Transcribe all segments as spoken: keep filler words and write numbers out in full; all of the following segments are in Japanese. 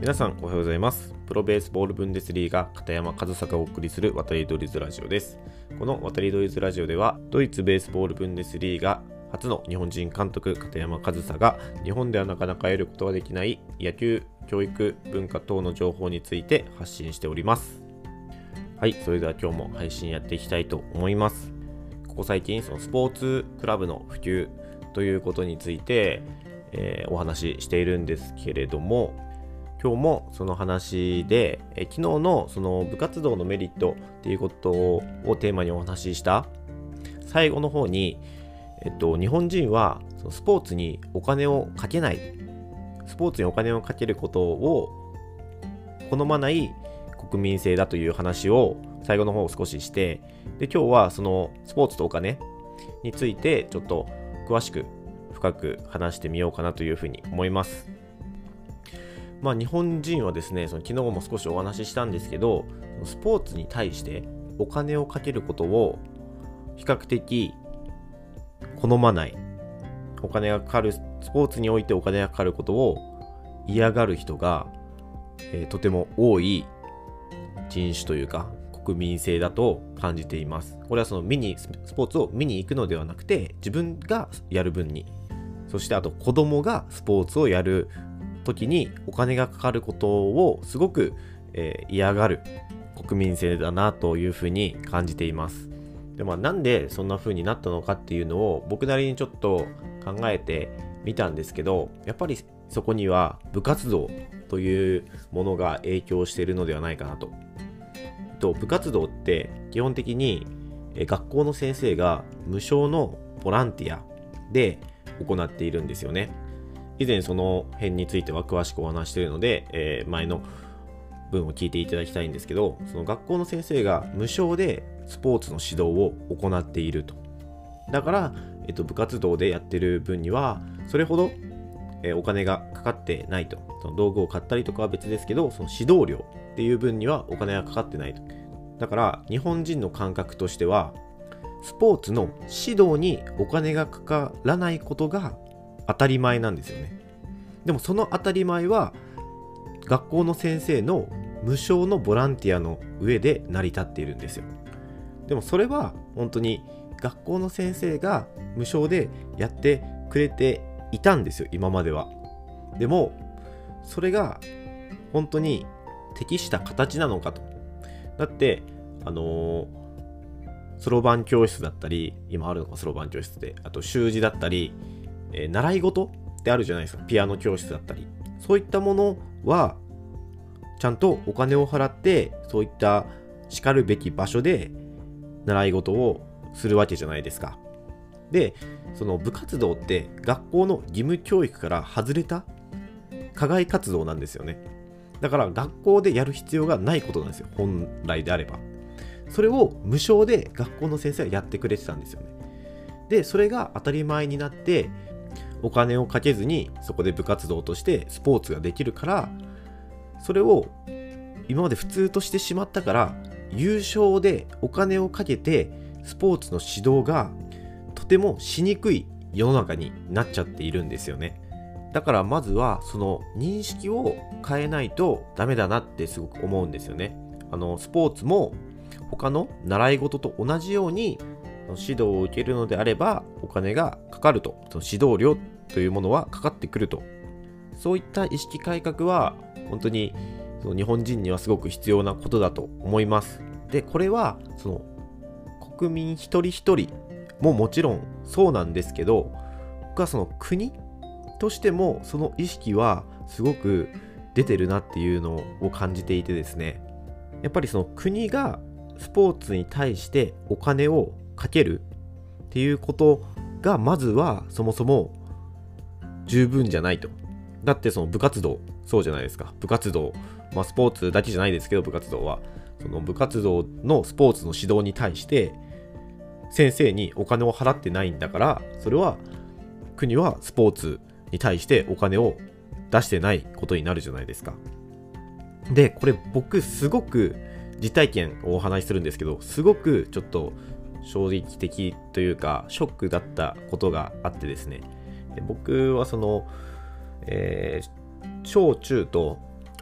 皆さんおはようございます。プロベースボールブンデスリーガ片山和沙がお送りする渡りドリズラジオです。この渡りドリズラジオではドイツベースボールブンデスリーガ初の日本人監督片山和沙が日本ではなかなか得ることができない野球、教育、文化等の情報について発信しております。はい、それでは今日も配信やっていきたいと思います。ここ最近そのスポーツクラブの普及ということについて、えー、お話ししているんですけれども、今日もその話で、え昨日のその部活動のメリットっていうことをテーマにお話しした最後の方に、えっと、日本人はそのスポーツにお金をかけない、スポーツにお金をかけることを好まない国民性だという話を最後の方を少しして、で今日はそのスポーツとお金についてちょっと詳しく深く話してみようかなというふうに思います。まあ、日本人はですね、その昨日も少しお話ししたんですけど、スポーツに対してお金をかけることを比較的好まない、お金がかかる、スポーツにおいてお金がかかることを嫌がる人が、えー、とても多い人種というか国民性だと感じています。これはその見にスポーツを見に行くのではなくて、自分がやる分に、そしてあと子供がスポーツをやる時にお金がかかることをすごく、えー、嫌がる国民性だなというふうに感じています。で、まあ、なんでそんな風になったのかっていうのを僕なりにちょっと考えてみたんですけど、やっぱりそこには部活動というものが影響しているのではないかなと。と部活動って基本的に学校の先生が無償のボランティアで行っているんですよね。以前その辺については詳しくお話しているので、えー、前の文を聞いていただきたいんですけど、その学校の先生が無償でスポーツの指導を行っていると。だから、えっと、部活動でやってる分にはそれほど、えー、お金がかかってないと。その道具を買ったりとかは別ですけど、その指導料っていう分にはお金がかかってないと。だから日本人の感覚としてはスポーツの指導にお金がかからないことが当たり前なんですよね。でもその当たり前は学校の先生の無償のボランティアの上で成り立っているんですよ。でもそれは本当に学校の先生が無償でやってくれていたんですよ、今までは。でもそれが本当に適した形なのかと。だってあのそろばん教室だったり、今あるのかそろばん教室で、あと習字だったり、えー、習い事ってあるじゃないですか。ピアノ教室だったり、そういったものはちゃんとお金を払ってそういったしかるべき場所で習い事をするわけじゃないですか。で、その部活動って学校の義務教育から外れた課外活動なんですよね。だから学校でやる必要がないことなんですよ、本来であれば。それを無償で学校の先生はやってくれてたんですよね。で、それが当たり前になってお金をかけずにそこで部活動としてスポーツができるから、それを今まで普通としてしまったから、有償でお金をかけてスポーツの指導がとてもしにくい世の中になっちゃっているんですよね。だからまずはその認識を変えないとダメだなってすごく思うんですよね。あのスポーツも他の習い事と同じように指導を受けるのであればお金がかかると。その指導料というものはかかってくると。そういった意識改革は本当にその日本人にはすごく必要なことだと思います。で、これはその国民一人一人ももちろんそうなんですけど、僕はその国としてもその意識はすごく出てるなっていうのを感じていてですね、やっぱりその国がスポーツに対してお金をかけるっていうことがまずはそもそも十分じゃないと。だってその部活動そうじゃないですか。部活動、まあスポーツだけじゃないですけど、部活動はその部活動のスポーツの指導に対して先生にお金を払ってないんだから、それは国はスポーツに対してお金を出してないことになるじゃないですか。で、これ僕すごく実体験をお話しするんですけど、すごくちょっと衝撃的というかショックだったことがあってですね、僕はその、えー、小中と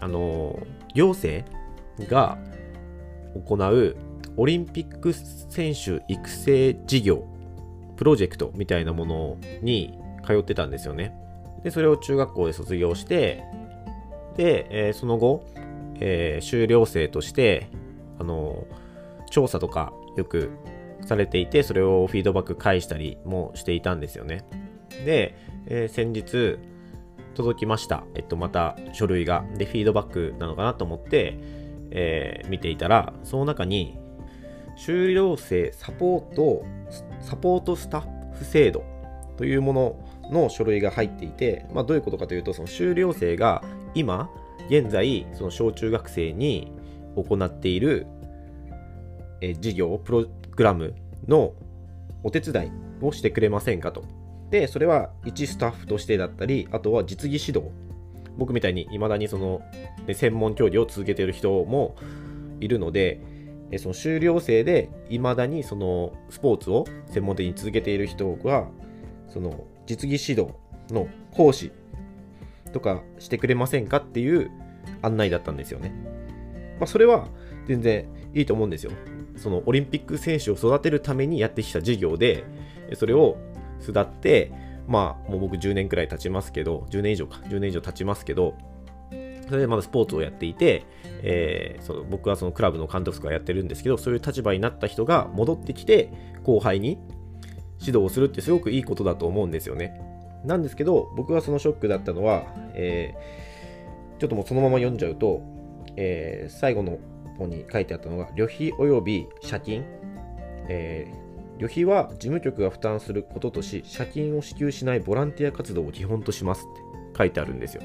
あの行政が行うオリンピック選手育成事業プロジェクトみたいなものに通ってたんですよね。でそれを中学校で卒業して、で、えー、その後、えー、修了生としてあの調査とかよくされていて、それをフィードバック返したりもしていたんですよね。で、えー、先日届きました。えっとまた書類がでフィードバックなのかなと思って、えー、見ていたら、その中に修了生サポートサポートスタッフ制度というものの書類が入っていて、まあ、どういうことかというと、その修了生が今現在その小中学生に行っているえ事業プログラムのお手伝いをしてくれませんかと。でそれは一スタッフとしてだったり、あとは実技指導、僕みたいに未だにその専門競技を続けている人もいるので、その修了生で未だにそのスポーツを専門的に続けている人がその実技指導の講師とかしてくれませんかっていう案内だったんですよね。まあ、それは全然いいと思うんですよ。そのオリンピック選手を育てるためにやってきた事業で、それを巣立って、まあもう僕じゅうねんくらい経ちますけど、じゅうねん以上か、じゅうねん以上経ちますけど、それでまだスポーツをやっていて、えー、その僕はそのクラブの監督とかやってるんですけど、そういう立場になった人が戻ってきて後輩に指導をするってすごくいいことだと思うんですよね。なんですけど、僕がそのショックだったのは、えー、ちょっともうそのまま読んじゃうと、えー、最後の方に書いてあったのが、旅費及び借金、えー、旅費は事務局が負担することとし、借金を支給しないボランティア活動を基本としますって書いてあるんですよ。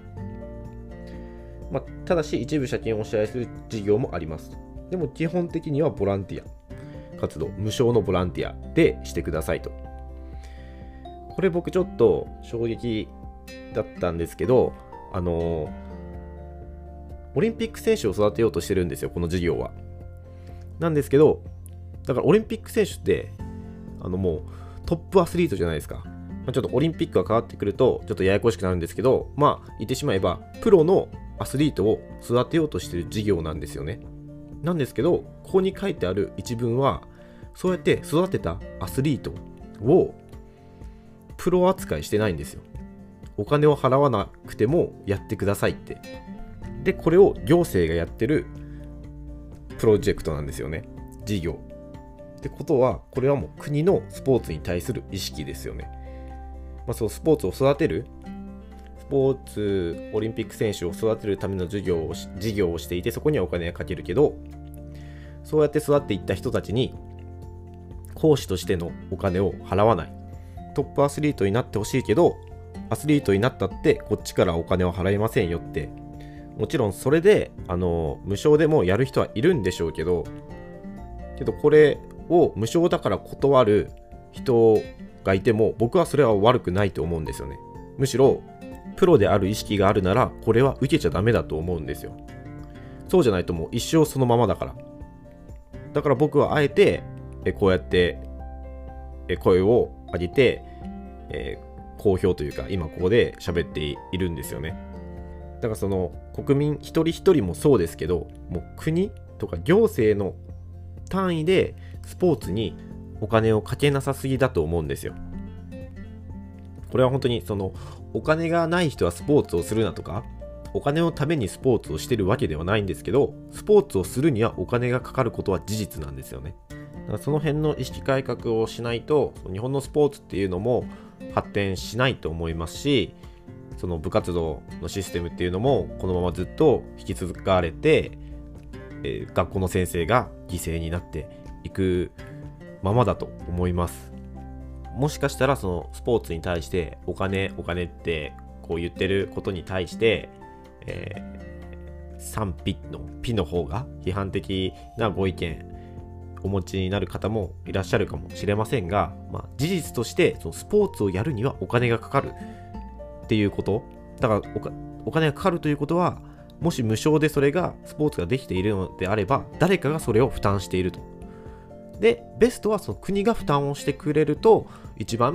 まあ、ただし一部借金をお支払いする事業もあります。でも基本的にはボランティア活動、無償のボランティアでしてくださいと。これ僕ちょっと衝撃だったんですけど、あのー、オリンピック選手を育てようとしてるんですよ、この事業は。なんですけど、だからオリンピック選手ってあのもうトップアスリートじゃないですか。まあ、ちょっとオリンピックが変わってくるとちょっとややこしくなるんですけど、まあ言ってしまえばプロのアスリートを育てようとしている事業なんですよね。なんですけど、ここに書いてある一文は、そうやって育てたアスリートをプロ扱いしてないんですよ。お金を払わなくてもやってくださいって。で、これを行政がやってるプロジェクトなんですよね。事業。ってことは、これはもう国のスポーツに対する意識ですよね。まあ、そうスポーツを育てる、スポーツオリンピック選手を育てるための授業を事業をしていて、そこにはお金がかけるけど、そうやって育っていった人たちに講師としてのお金を払わない。トップアスリートになってほしいけど、アスリートになったってこっちからお金を払いませんよって。もちろんそれであの無償でもやる人はいるんでしょうけど、けどこれを無償だから断る人がいても、僕はそれは悪くないと思うんですよね。むしろプロである意識があるなら、これは受けちゃダメだと思うんですよ。そうじゃないともう一生そのままだから。だから僕はあえてこうやって声を上げて、えー、公表というか今ここで喋っているんですよね。だからその国民一人一人もそうですけど、もう国とか行政の単位でスポーツにお金をかけなさすぎだと思うんですよ。これは本当にそのお金がない人はスポーツをするなとか、お金のためにスポーツをしてるわけではないんですけど、スポーツをするにはお金がかかることは事実なんですよね。だからその辺の意識改革をしないと、日本のスポーツっていうのも発展しないと思いますし、その部活動のシステムっていうのもこのままずっと引き継がれて、えー、学校の先生が犠牲になっていくままだと思います。もしかしたらそのスポーツに対してお金お金ってこう言ってることに対して、えー、賛否の否の方が批判的なご意見お持ちになる方もいらっしゃるかもしれませんが、まあ、事実としてそのスポーツをやるにはお金がかかるっていうことだから、 お, かお金がかかるということは、もし無償でそれがスポーツができているのであれば、誰かがそれを負担していると。でベストはその国が負担をしてくれると一番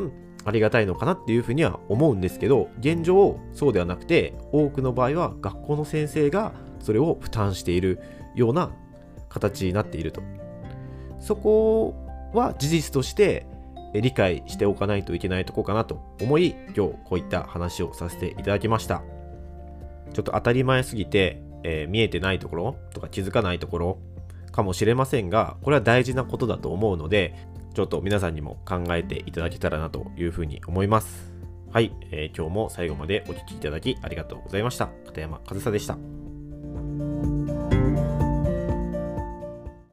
ありがたいのかなっていうふうには思うんですけど、現状そうではなくて、多くの場合は学校の先生がそれを負担しているような形になっていると。そこは事実として理解しておかないといけないところかなと思い、今日こういった話をさせていただきました。ちょっと当たり前すぎて、えー、見えてないところとか気づかないところかもしれませんが、これは大事なことだと思うので、ちょっと皆さんにも考えていただけたらなというふうに思います。はい、えー、今日も最後までお聞きいただきありがとうございました。片山和沙でした。